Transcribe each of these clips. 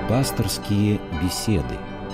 Пасторские беседы.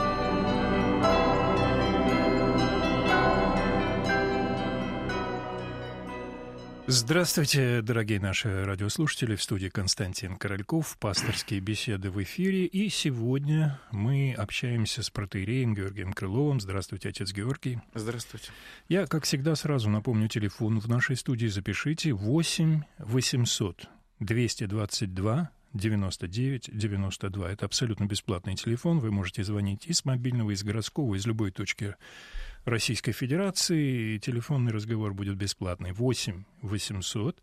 Здравствуйте, дорогие наши радиослушатели. В студии Константин Корольков. Пасторские беседы в эфире. И сегодня мы общаемся с протоиереем Георгием Крыловым. Здравствуйте, отец Георгий. Здравствуйте. Я, как всегда, сразу напомню телефон в нашей студии. Запишите 8 800 222 99 92. Это абсолютно бесплатный телефон. Вы можете звонить из мобильного, из городского, из любой точки Российской Федерации. Телефонный разговор будет бесплатный. 8 800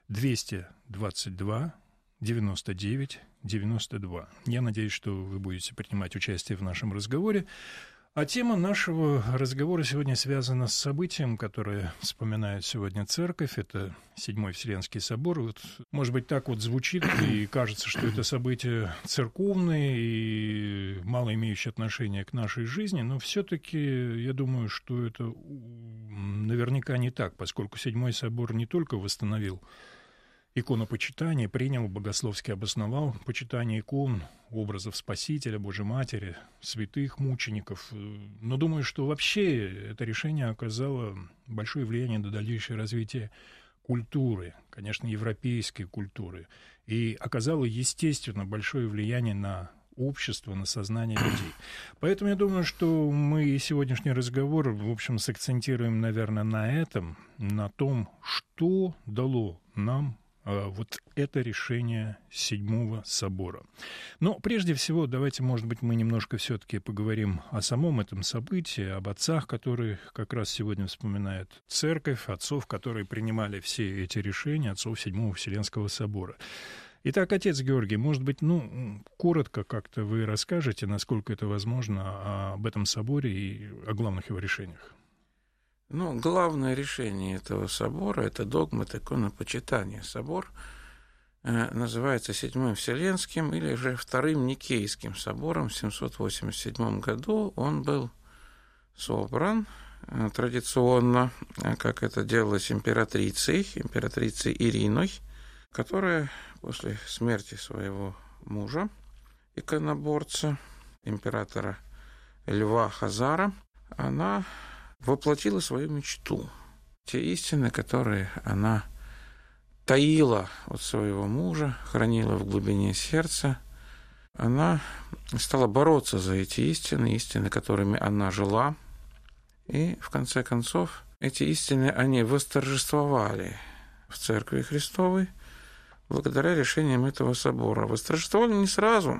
222 99 92. Я надеюсь, что вы будете принимать участие в нашем разговоре. А тема нашего разговора сегодня связана с событием, которое вспоминает сегодня Церковь. Это Седьмой Вселенский собор. Вот, может быть, так вот звучит, и кажется, что это событие церковное и мало имеющее отношение к нашей жизни, но все-таки я думаю, что это наверняка не так, поскольку Седьмой собор не только восстановил иконопочитание, принял, богословски обосновал почитание икон, образов Спасителя, Божьей Матери, святых мучеников. Но думаю, что вообще это решение оказало большое влияние на дальнейшее развитие культуры, конечно, европейской культуры, и оказало, естественно, большое влияние на общество, на сознание людей. Поэтому я думаю, что мы сегодняшний разговор, в общем, сакцентируем, наверное, на этом, на том, что дало нам вот это решение Седьмого собора. Но прежде всего, давайте, может быть, мы немножко все-таки поговорим о самом этом событии, об отцах, которые как раз сегодня вспоминает Церковь, отцов, которые принимали все эти решения, отцов Седьмого Вселенского собора. Итак, отец Георгий, может быть, коротко как-то вы расскажете, насколько это возможно, об этом соборе и о главных его решениях? Главное решение этого собора – это догмат иконопочитания. Собор называется Седьмым Вселенским или же Вторым Никейским собором. В 787 году он был собран традиционно, как это делалось императрицей Ириной, которая после смерти своего мужа, иконоборца, императора Льва Хазара, она воплотила свою мечту. Те истины, которые она таила от своего мужа, хранила в глубине сердца, она стала бороться за эти истины, которыми она жила. И, в конце концов, эти истины, они восторжествовали в Церкви Христовой благодаря решениям этого собора. Восторжествовали не сразу.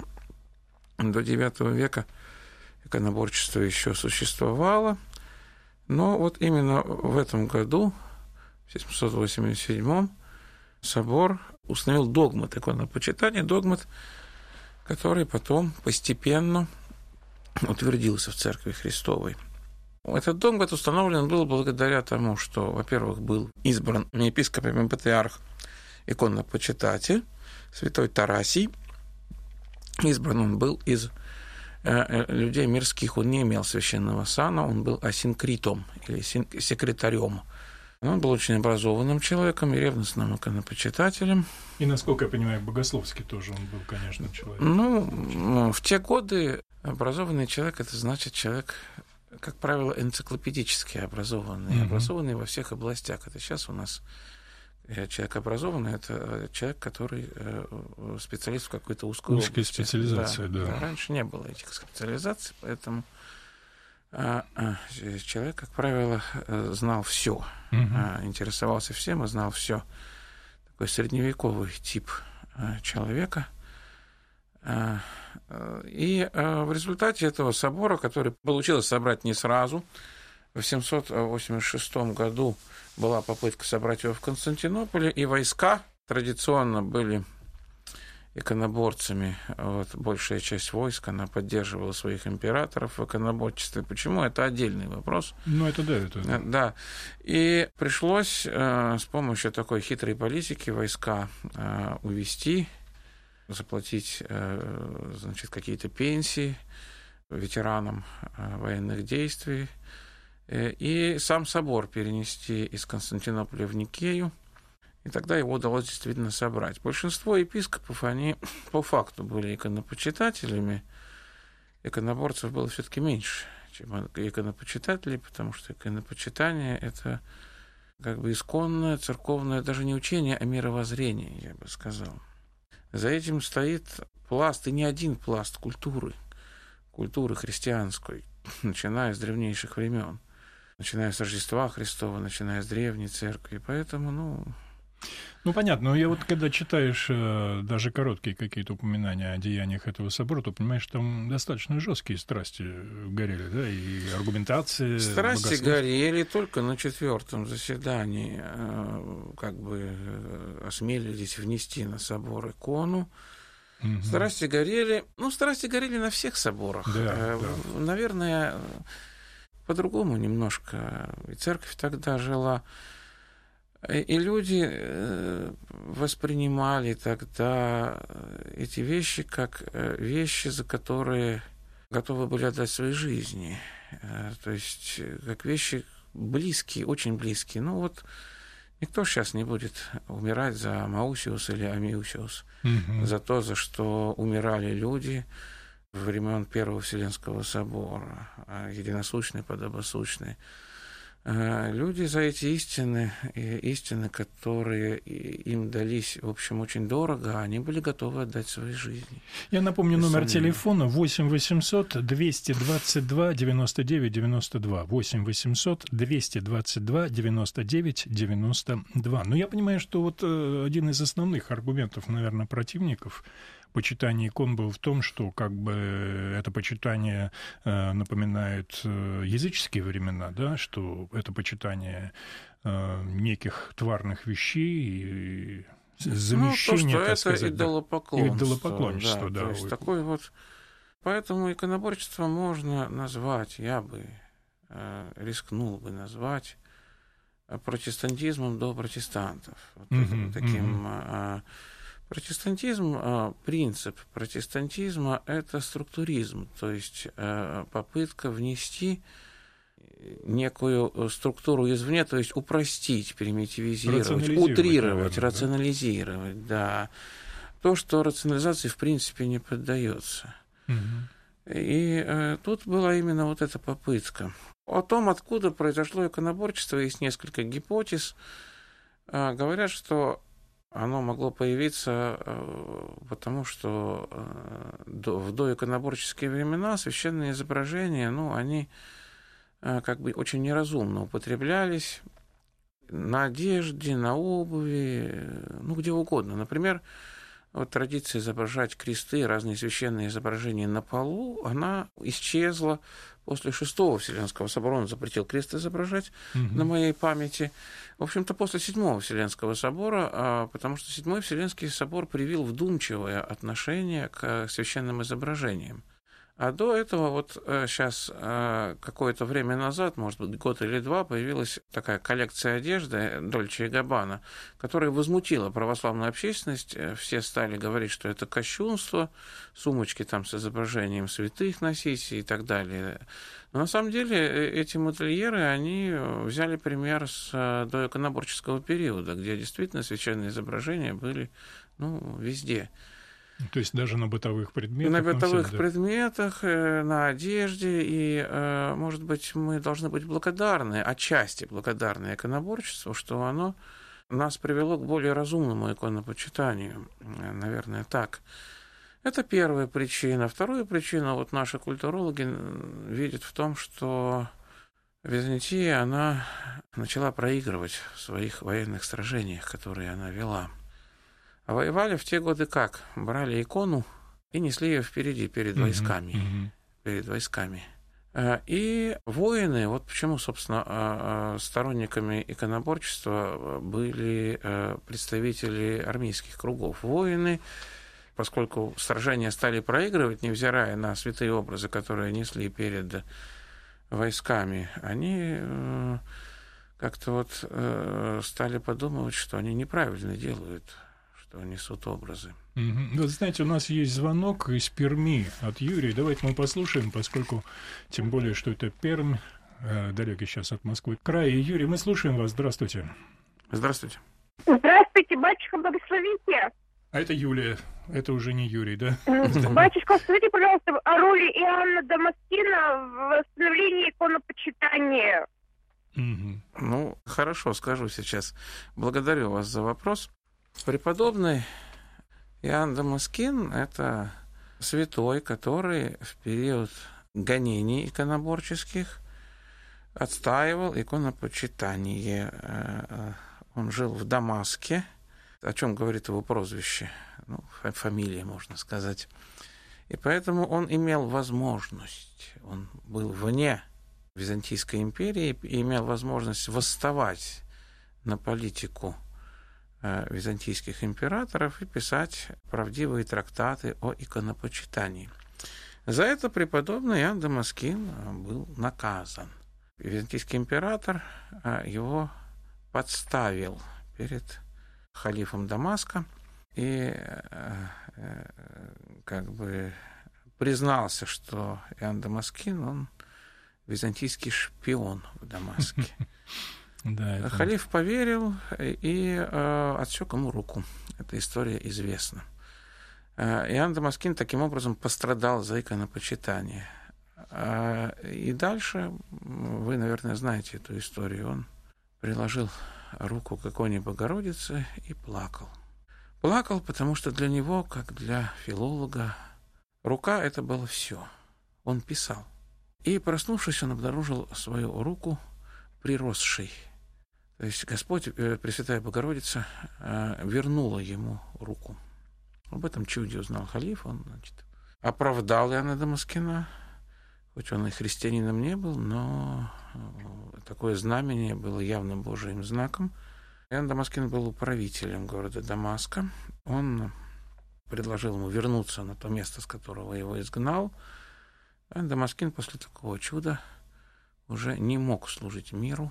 До IX века иконоборчество еще существовало. Но вот именно в этом году, в 787-м, собор установил догмат иконопочитания, догмат, который потом постепенно утвердился в Церкви Христовой. Этот догмат установлен был благодаря тому, что, во-первых, был избран епископом и патриарх иконопочитатель, святой Тарасий. Избран он был из людей мирских, он не имел священного сана, он был асинкритом или секретарем. Он был очень образованным человеком и ревностным иконопочитателем. И, насколько я понимаю, богословский тоже он был, конечно, человек. В те годы образованный человек – это значит человек, как правило, энциклопедически образованный, образованный во всех областях. Это сейчас у нас человек образованный – это человек, который специалист в какой-то узкой области. Узкая специализация, да. Раньше не было этих специализаций, поэтому человек, как правило, знал все, интересовался всем и знал все. Такой средневековый тип человека. И в результате этого собора, который получилось собрать не сразу, в 786 году была попытка собрать его в Константинополе, и войска традиционно были иконоборцами. Большая часть войск, она поддерживала своих императоров в иконоборчестве. Почему? Это отдельный вопрос. Это. Да. И пришлось с помощью такой хитрой политики войска увести, заплатить, какие-то пенсии ветеранам военных действий, и сам собор перенести из Константинополя в Никею. И тогда его удалось действительно собрать. Большинство епископов, они по факту были иконопочитателями. Иконоборцев было все-таки меньше, чем иконопочитателей, потому что иконопочитание — это как бы исконное церковное даже не учение, а мировоззрение, я бы сказал. За этим стоит пласт, и не один пласт культуры христианской, начиная с древнейших времен, начиная с Рождества Христова, начиная с древней церкви. Поэтому, Ну, понятно. Но я вот, когда читаешь даже короткие какие-то упоминания о деяниях этого собора, то понимаешь, там достаточно жесткие страсти горели, да, и аргументации. Страсти горели только на 4-м заседании, как бы осмелились внести на собор икону. Угу. Страсти горели на всех соборах. Да. Наверное, по-другому немножко. И церковь тогда жила. И люди воспринимали тогда эти вещи как вещи, за которые готовы были отдать свои жизни. То есть как вещи близкие, очень близкие. Ну вот никто сейчас не будет умирать за Маусиус или Амиусиус, за то, за что умирали люди во времен Первого Вселенского собора, единосущные, подобосущные. Люди за эти истины, которые им дались, в общем, очень дорого, они были готовы отдать свои жизни. Я напомню номер телефона 8 800 222 99 92. 8 800 222 99 92. Но я понимаю, что вот один из основных аргументов, наверное, противников почитание икон был в том, что как бы это почитание напоминает языческие времена, да, что это почитание неких тварных вещей и замещение, так сказать, это идолопоклонство, да. То есть такой вот. Поэтому иконоборчество можно назвать, я бы рискнул бы назвать протестантизмом до протестантов. Вот таким. Протестантизм, принцип протестантизма — это структуризм, то есть попытка внести некую структуру извне, то есть упростить, примитивизировать, утрировать, рационализировать, да. То, что рационализации в принципе не поддается. И тут была именно вот эта попытка. О том, откуда произошло иконоборчество, есть несколько гипотез. Говорят, что оно могло появиться потому, что в доиконоборческие времена священные изображения, они как бы очень неразумно употреблялись на одежде, на обуви, где угодно. Например, вот традиция изображать кресты, разные священные изображения на полу, она исчезла после VI Вселенского собора. Он запретил крест изображать на моей памяти. В общем-то, после VII Вселенского собора, потому что VII Вселенский собор привил вдумчивое отношение к священным изображениям. А до этого вот сейчас какое-то время назад, может быть, год или два, появилась такая коллекция одежды Дольче и Габбана, которая возмутила православную общественность. Все стали говорить, что это кощунство, сумочки там с изображением святых носить и так далее. Но на самом деле эти модельеры, они взяли пример с доиконоборческого периода, где действительно священные изображения были везде. То есть даже на бытовых предметах? На бытовых предметах, на одежде. И, может быть, мы должны быть благодарны, отчасти благодарны иконоборчеству, что оно нас привело к более разумному иконопочитанию. Наверное, так. Это первая причина. Вторую причину вот наши культурологи видят в том, что Византия, она начала проигрывать в своих военных сражениях, которые она вела. А воевали в те годы как? Брали икону и несли ее впереди, перед войсками. Перед войсками. И воины, вот почему, собственно, сторонниками иконоборчества были представители армейских кругов. Воины, поскольку сражения стали проигрывать, невзирая на святые образы, которые несли перед войсками, они как-то вот стали подумывать, что они неправильно делают, что несут образы. Вы знаете, у нас есть звонок из Перми от Юрия. Давайте мы послушаем, поскольку, тем более, что это Пермь, далекий сейчас от Москвы край. Юрий, мы слушаем вас. Здравствуйте. Здравствуйте. Здравствуйте, батюшка, благословите. А это Юлия, это уже не Юрий, да? Батюшка, скажите, пожалуйста, о роли Иоанна Дамаскина в восстановлении иконопочитания. Ну, хорошо, скажу сейчас. Благодарю вас за вопрос. Преподобный Иоанн Дамаскин – это святой, который в период гонений иконоборческих отстаивал иконопочитание. Он жил в Дамаске, о чем говорит его прозвище, фамилия, можно сказать. И поэтому он имел возможность, он был вне Византийской империи и имел возможность восставать на политику византийских императоров и писать правдивые трактаты о иконопочитании. За это преподобный Иоанн Дамаскин был наказан. Византийский император его подставил перед халифом Дамаска и признался, что Иоанн Дамаскин, он византийский шпион в Дамаске. Халиф поверил и отсек ему руку. Эта история известна. Иоанн Дамаскин таким образом пострадал за иконопочитание. И дальше, вы, наверное, знаете эту историю, он приложил руку к иконе Богородицы и плакал. Плакал, потому что для него, как для филолога, рука — это было все. Он писал. И, проснувшись, он обнаружил свою руку приросшей. То есть Господь, Пресвятая Богородица, вернула ему руку. Об этом чуде узнал халиф. Он, оправдал Иоанна Дамаскина, хоть он и христианином не был, но такое знамение было явным Божиим знаком. Иоанн Дамаскин был управителем города Дамаска. Он предложил ему вернуться на то место, с которого его изгнал. Иоанн Дамаскин после такого чуда уже не мог служить миру.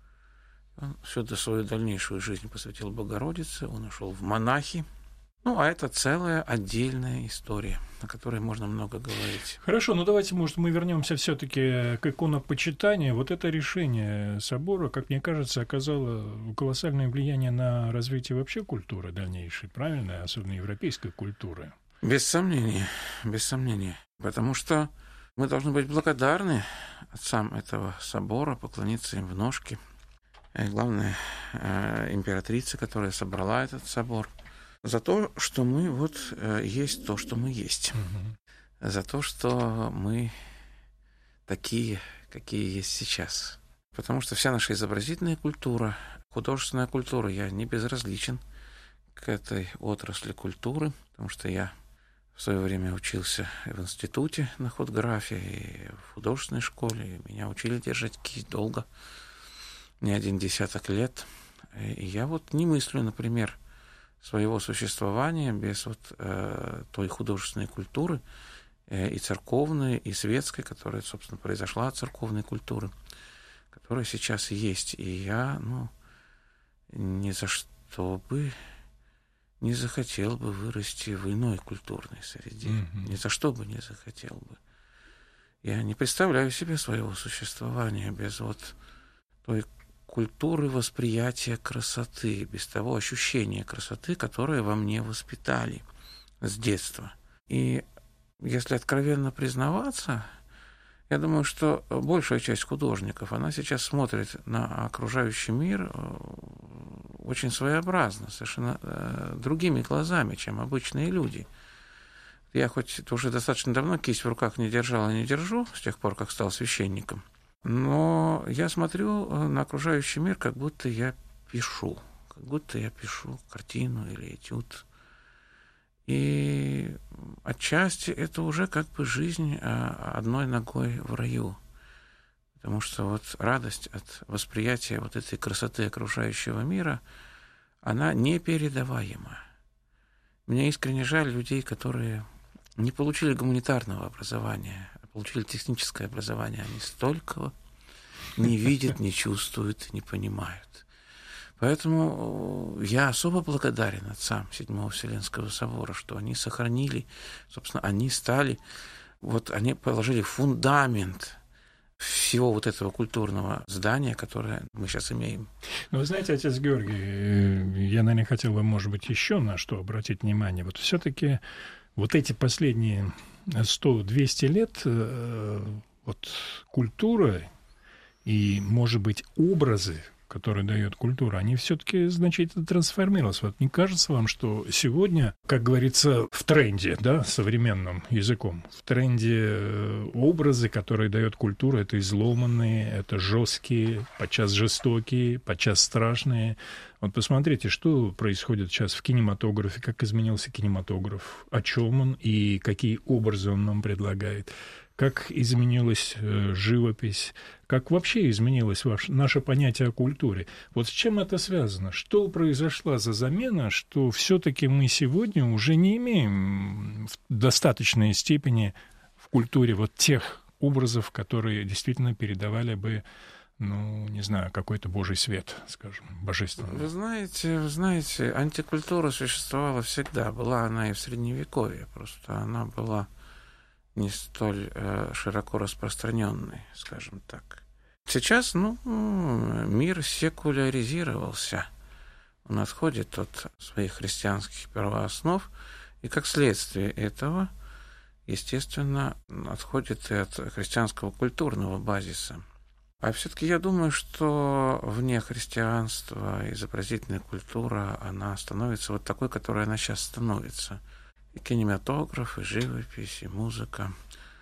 Он всю свою дальнейшую жизнь посвятил Богородице, он ушел в монахи. А это целая отдельная история, о которой можно много говорить. Хорошо, давайте, может, мы вернемся все-таки к иконопочитанию. Вот это решение собора, как мне кажется, оказало колоссальное влияние на развитие вообще культуры дальнейшей, правильно? Особенно европейской культуры. Без сомнения, без сомнения. Потому что мы должны быть благодарны отцам этого собора, поклониться им в ножки. И главное, императрице, которая собрала этот собор, за то, что мы есть то, что мы есть. За то, что мы такие, какие есть сейчас. Потому что вся наша изобразительная культура, художественная культура, я не безразличен к этой отрасли культуры, потому что я в свое время учился в институте на худграфии, и в художественной школе. Меня учили держать кисть долго, не 1 десяток лет. И я не мыслю, например, своего существования без той художественной культуры, и церковной, и светской, которая, собственно, произошла от церковной культуры, которая сейчас есть. И я, ни за что бы не захотел бы вырасти в иной культурной среде. Ни за что бы не захотел бы. Я не представляю себе своего существования без той культуры восприятия красоты, без того ощущения красоты, которое во мне воспитали с детства. И если откровенно признаваться, я думаю, что большая часть художников, она сейчас смотрит на окружающий мир очень своеобразно, совершенно другими глазами, чем обычные люди. Я хоть уже достаточно давно кисть в руках не держал и не держу, с тех пор, как стал священником, но я смотрю на окружающий мир, как будто я пишу картину или этюд. И отчасти это уже как бы жизнь одной ногой в раю. Потому что радость от восприятия этой красоты окружающего мира, она непередаваема. Мне искренне жаль людей, которые не получили гуманитарного образования, а получили техническое образование. Они столько не видят, не чувствуют, не понимают. Поэтому я особо благодарен отцам Седьмого Вселенского собора, что они сохранили, собственно, они они положили фундамент всего этого культурного здания, которое мы сейчас имеем. Вы знаете, отец Георгий, я, наверное, хотел бы, может быть, еще на что обратить внимание. Вот все-таки вот эти последние 100-200 лет вот культура и, может быть, образы, которые дает культура, они все-таки значительно трансформировались. Вот не кажется вам, что сегодня, как говорится, в тренде, да, современным языком, в тренде образы, которые дает культура, это изломанные, это жесткие, подчас жестокие, подчас страшные. Вот посмотрите, что происходит сейчас в кинематографе, как изменился кинематограф, о чем он и какие образы он нам предлагает. Как изменилась живопись, как вообще изменилось наше понятие о культуре. Вот с чем это связано? Что произошла за замена, что все-таки мы сегодня уже не имеем в достаточной степени в культуре вот тех образов, которые действительно передавали бы, ну, не знаю, какой-то божий свет, скажем, божественный. Вы знаете, антикультура существовала всегда. Была она и в Средневековье, просто она была не столь широко распространенный, скажем так. Сейчас, мир секуляризировался. Он отходит от своих христианских первооснов, и как следствие этого, естественно, отходит и от христианского культурного базиса. А все-таки я думаю, что вне христианства изобразительная культура, она становится вот такой, которой она сейчас становится. И кинематограф, и живопись, и музыка.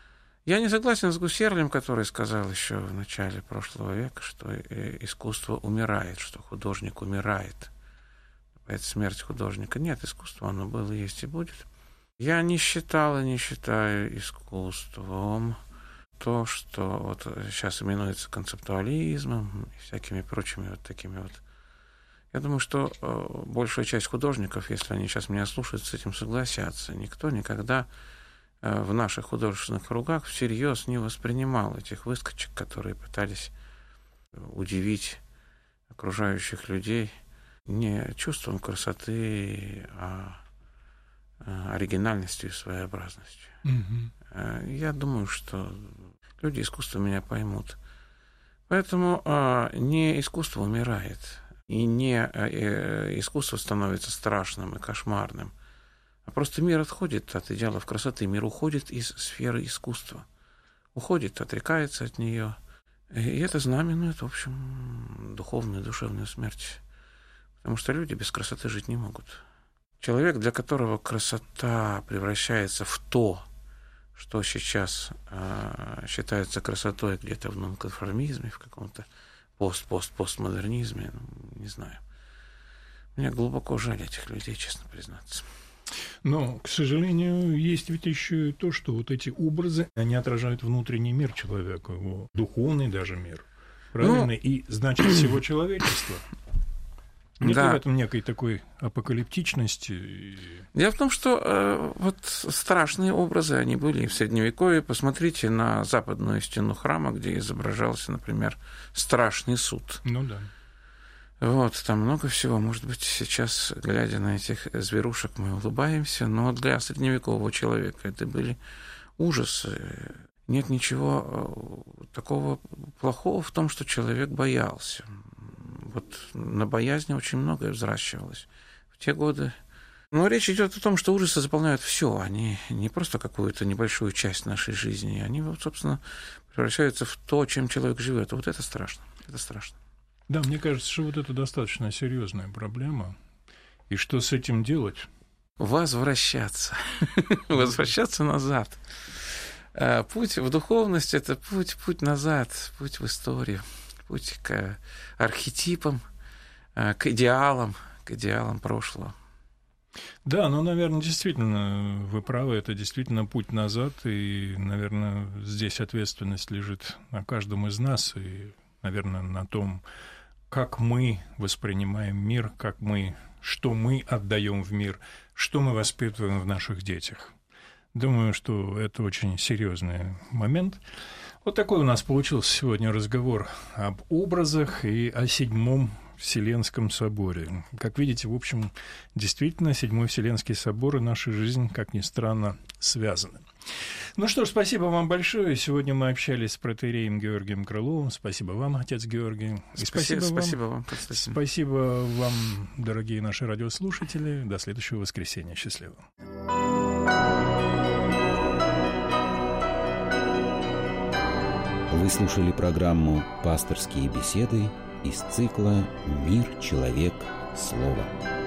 Я не согласен с Гусерлем, который сказал еще в начале прошлого века, что искусство умирает, что художник умирает. Это смерть художника. Нет, искусство оно было, есть и будет. Я не считал и не считаю искусством то, что вот сейчас именуется концептуализмом и всякими прочими вот такими вот. Я думаю, что большая часть художников, если они сейчас меня слушают, с этим согласятся. Никто никогда в наших художественных кругах всерьез не воспринимал этих выскочек, которые пытались удивить окружающих людей не чувством красоты, а оригинальностью и своеобразностью. Mm-hmm. Я думаю, что люди искусства меня поймут. Поэтому не искусство умирает, и не искусство становится страшным и кошмарным, а просто мир отходит от идеалов красоты, мир уходит из сферы искусства, уходит, отрекается от нее, и это знаменует, в общем, духовную, душевную смерть, потому что люди без красоты жить не могут. Человек, для которого красота превращается в то, что сейчас считается красотой где-то в нонконформизме, в каком-то постмодернизме, не знаю. Мне глубоко жаль этих людей, честно признаться. Но, к сожалению, есть ведь еще и то, что вот эти образы, они отражают внутренний мир человека, его духовный даже мир, правильно? И, значит, всего человечества. Нет ли в этом некой такой апокалиптичности? Дело в том, что вот страшные образы, они были и в Средневековье. Посмотрите на западную стену храма, где изображался, например, страшный суд. Ну да. Вот, там много всего. Может быть, сейчас, глядя на этих зверушек, мы улыбаемся, но для средневекового человека это были ужасы. Нет ничего такого плохого в том, что человек боялся. Вот на боязни очень многое взращивалось в те годы. Но речь идет о том, что ужасы заполняют все. Они не просто какую-то небольшую часть нашей жизни. Они, вот, собственно, превращаются в то, чем человек живет. Вот это страшно. Это страшно. Да, мне кажется, что вот это достаточно серьезная проблема. И что с этим делать? Возвращаться. Возвращаться назад. Путь в духовность — это путь назад, путь в историю. Путь к архетипам, к идеалам прошлого. Да, но, наверное, действительно, вы правы, это действительно путь назад, и, наверное, здесь ответственность лежит на каждом из нас, и, наверное, на том, как мы воспринимаем мир, что мы отдаем в мир, что мы воспитываем в наших детях. Думаю, что это очень серьезный момент. Вот такой у нас получился сегодня разговор об образах и о 7-м Вселенском соборе. Как видите, в общем, действительно, Седьмой Вселенский собор и наша жизнь, как ни странно, связаны. Ну что ж, спасибо вам большое. Сегодня мы общались с протоиереем Георгием Крыловым. Спасибо вам, отец Георгий. И спасибо вам, Константин. Спасибо вам, дорогие наши радиослушатели. До следующего воскресенья. Счастливо. Вы слушали программу «Пасторские беседы» из цикла «Мир, человек, слово».